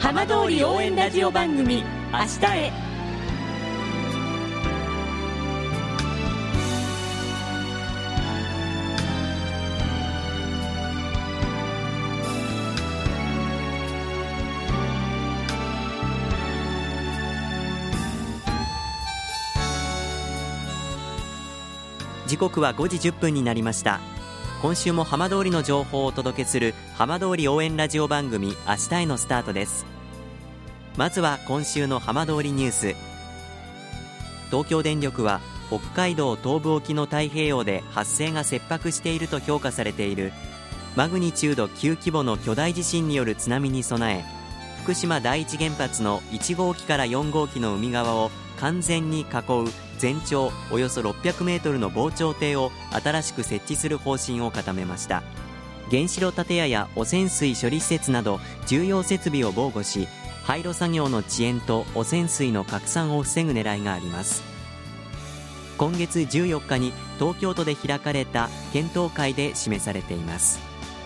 浜通り応援ラジオ番組明日へ。 時刻は5時10分になりました。今週も浜通りの情報をお届けする浜通り応援ラジオ番組明日へのスタートです。まずは今週の浜通りニュース。東京電力は北海道東部沖の太平洋で発生が切迫していると評価されているマグニチュード9規模の巨大地震による津波に備え、福島第一原発の1号機から4号機の海側を完全に囲う全長およそ600メートルの防潮堤を新しく設置する方針を固めました。原子炉建屋や汚染水処理施設など重要設備を防護し、廃炉作業の遅延と汚染水の拡散を防ぐ狙いがあります。今月14日に東京都で開かれた検討会で示されています。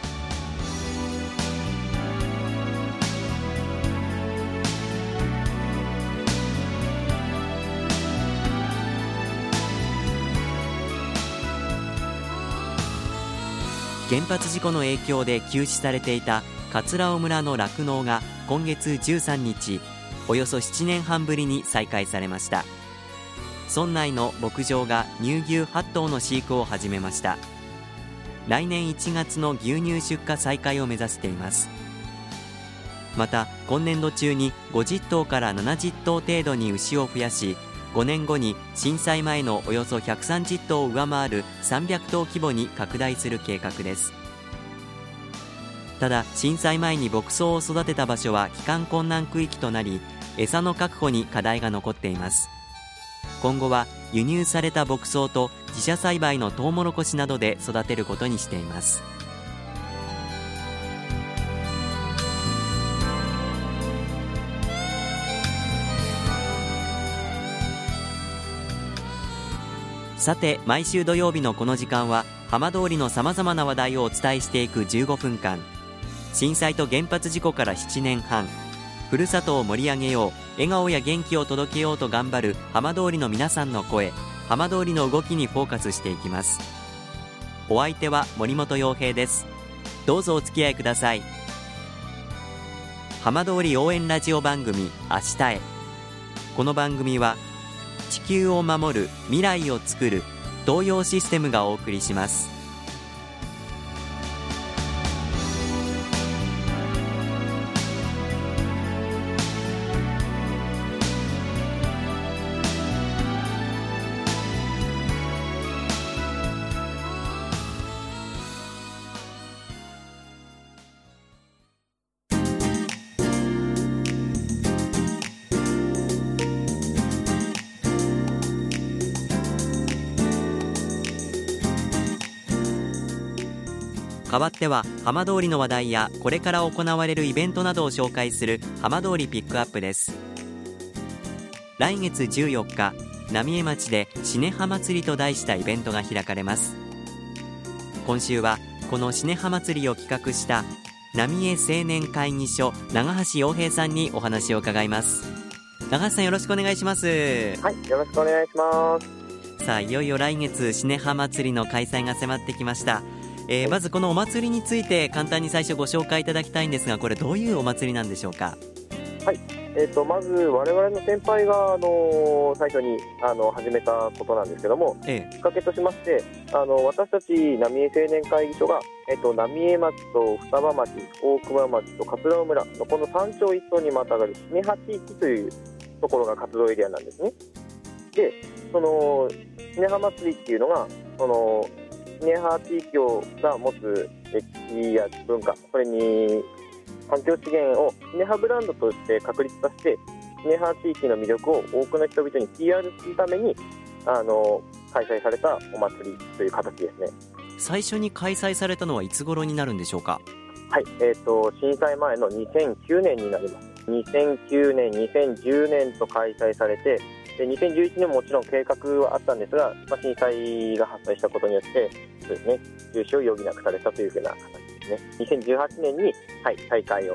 原発事故の影響で休止されていた葛尾村の酪農が今月13日、およそ7年半ぶりに再開されました。村内の牧場が乳牛8頭の飼育を始めました。来年1月の牛乳出荷再開を目指しています。また今年度中に50頭から70頭程度に牛を増やし、5年後に震災前のおよそ130頭を上回る300頭規模に拡大する計画です。ただ震災前に牧草を育てた場所は帰還困難区域となり、餌の確保に課題が残っています。今後は輸入された牧草と自社栽培のトウモロコシなどで育てることにしています。さて毎週土曜日のこの時間は浜通りのさまざまな話題をお伝えしていく15分間。震災と原発事故から7年半、ふるさとを盛り上げよう、笑顔や元気を届けようと頑張る浜通りの皆さんの声、浜通りの動きにフォーカスしていきます。お相手は森本洋平です。どうぞお付き合いください。浜通り応援ラジオ番組明日へ。この番組は地球を守る、未来をつくる東洋システムがお送りします。代わっては浜通りの話題やこれから行われるイベントなどを紹介する浜通りピックアップです。来月14日、浪江町でシネハ祭りと題したイベントが開かれます。今週はこのシネハ祭りを企画した浪江青年会議所長橋洋平さんにお話を伺います。長橋さん、よろしくお願いします。 はい、よろしくお願いします。 さあ、いよいよ来月シネハ祭りの開催が迫ってきました。まずこのお祭りについて簡単に最初ご紹介いただきたいんですが、これどういうお祭りなんでしょうか。 はい、まず我々の先輩が最初に始めたことなんですけども、きっかけとしまして私たち浪江青年会議所が、浪江町と双葉町、大熊町と葛尾村のこの3町一村にまたがるシネハ地域というところが活動エリアなんですね。で、そのシネハ祭りっていうのがシネハ地域が持つ歴史や文化、それに環境資源をシネハブランドとして確立させて、シネハ地域の魅力を多くの人々に PR するために開催されたお祭りという形ですね。 最初に開催されたのはいつ頃になるんでしょうか。 はい、震災前の2009年になります。2009年、2010年と開催されて、で2011年ももちろん計画はあったんですが、震災が発生したことによってそうですね、中止を余儀なくされたというふうな形ですね。2018年に、再開を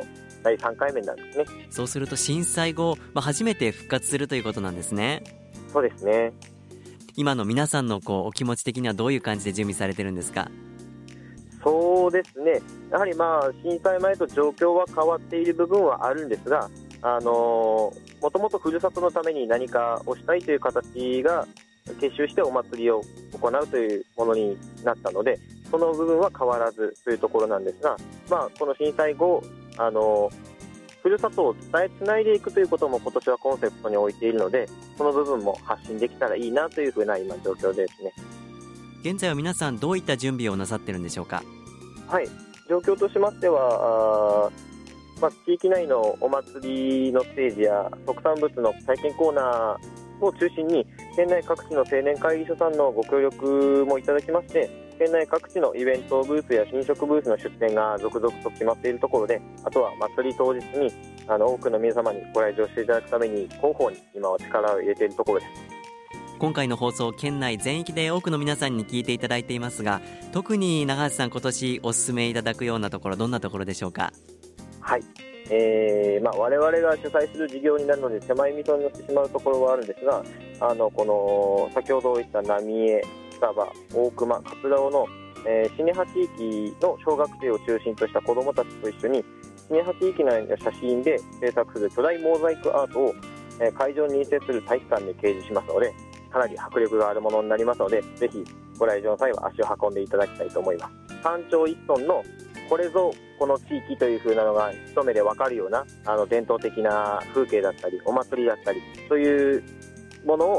第3回目なんですね。 そうすると震災後、初めて復活するということなんですね。 そうですね。 今の皆さんのお気持ち的にはどういう感じで準備されてるんですか？ そうですね、やはり震災前と状況は変わっている部分はあるんですが、もともとふるさとのために何かをしたいという形が結集してお祭りを行うというものになったので、その部分は変わらずというところなんですが、この震災後ふるさとを伝えつないでいくということも今年はコンセプトに置いているので、その部分も発信できたらいいなというふうな今状況ですね。 現在は皆さんどういった準備をなさってるんでしょうか？ はい、状況としましては地域内のお祭りのステージや特産物の体験コーナーを中心に県内各地の青年会議所さんのご協力もいただきまして、県内各地のイベントブースや飲食ブースの出店が続々と決まっているところで、あとは祭り当日に多くの皆様にご来場していただくために広報に今は力を入れているところです。 今回の放送、県内全域で多くの皆さんに聞いていただいていますが、特に長橋さん今年お勧めいただくようなところ、どんなところでしょうか？ はい、我々が主催する事業になるので狭い溝になってしまうところはあるんですが、この先ほど言った浪江、双葉、大熊、桂尾の、シネハ地域の小学生を中心とした子どもたちと一緒にシネハ地域内の写真で制作する巨大モザイクアートを、会場に隣接する体育館で掲示しますので、かなり迫力があるものになりますので、ぜひご来場の際は足を運んでいただきたいと思います。山頂一村のこれぞこの地域という風なのが一目で分かるような伝統的な風景だったりお祭りだったりというものを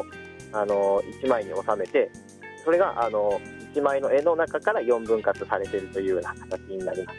1枚に収めて、それが1枚の絵の中から4分割されているというような形になります。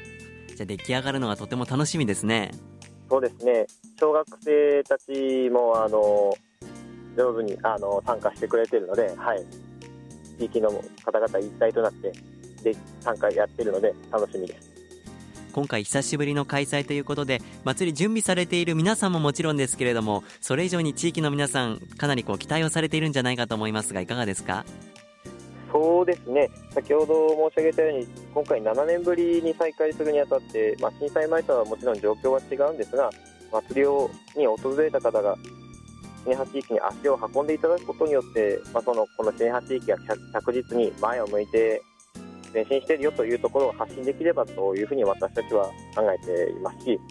じゃあ出来上がるのがとても楽しみですね。 そうですね、小学生たちも上手に参加してくれているので、地域の方々一体となって参加やっているので楽しみです。 今回久しぶりの開催ということで、祭り準備されている皆さんももちろんですけれども、それ以上に地域の皆さんかなり期待をされているんじゃないかと思いますが、いかがですか？ そうですね、先ほど申し上げたように今回7年ぶりに再開するにあたって、震災前とはもちろん状況は違うんですが、祭りに訪れた方がシネハ地域に足を運んでいただくことによって、このシネハ地域が着実に前を向いて前進しているよというところを発信できればというふうに私たちは考えていますし、例え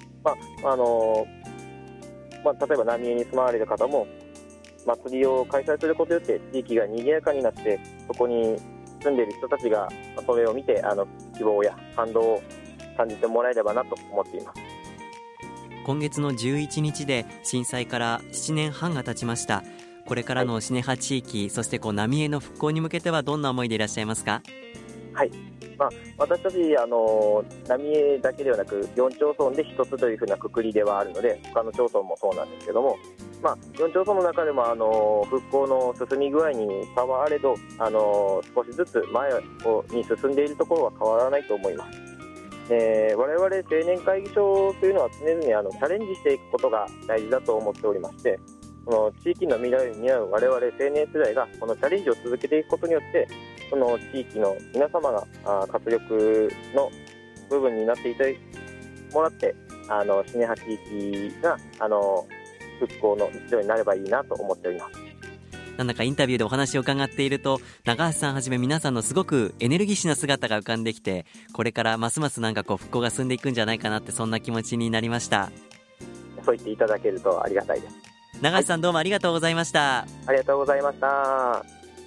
ば浪江に住まわれる方も祭りを開催することによって地域が賑やかになって、そこに住んでいる人たちがそれを見て希望や感動を感じてもらえればなと思っています。 今月の11日で震災から7年半が経ちました。これからのシネハ地域、そして浪江の復興に向けてはどんな思いでいらっしゃいますか？ はい、私たち浪江だけではなく4町村で1つというふうなくくりではあるので、他の町村もそうなんですけども、4町村の中でも復興の進み具合に差はあれど少しずつ前に進んでいるところは変わらないと思います。我々青年会議所というのは常々チャレンジしていくことが大事だと思っておりまして、この地域の未来を担う我々青年世代がこのチャレンジを続けていくことによって、その地域の皆様が活力の部分になっていてもらって、シネハ地域が復興の一助になればいいなと思っております。 なんだかインタビューでお話を伺っていると、長橋さんはじめ皆さんのすごくエネルギッシュな姿が浮かんできて、これからますます復興が進んでいくんじゃないかなって、そんな気持ちになりました。 そう言っていただけるとありがたいです。 長橋さん、どうもありがとうございました。 ありがとうございました。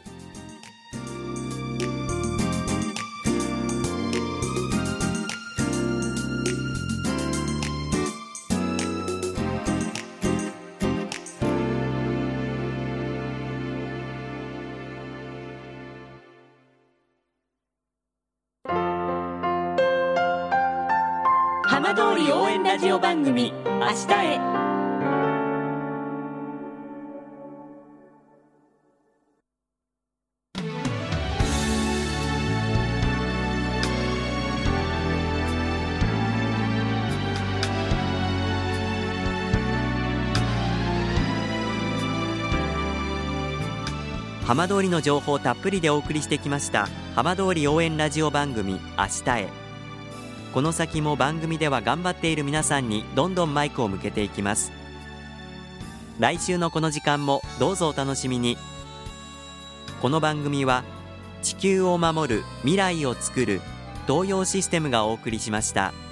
浜通り応援ラジオ番組「明日へ」。 浜通りの情報をたっぷりでお送りしてきました浜通り応援ラジオ番組「明日へ」。 この先も番組では頑張っている皆さんにどんどんマイクを向けていきます。来週のこの時間もどうぞお楽しみに。この番組は地球を守る未来をつくる東洋システムがお送りしました。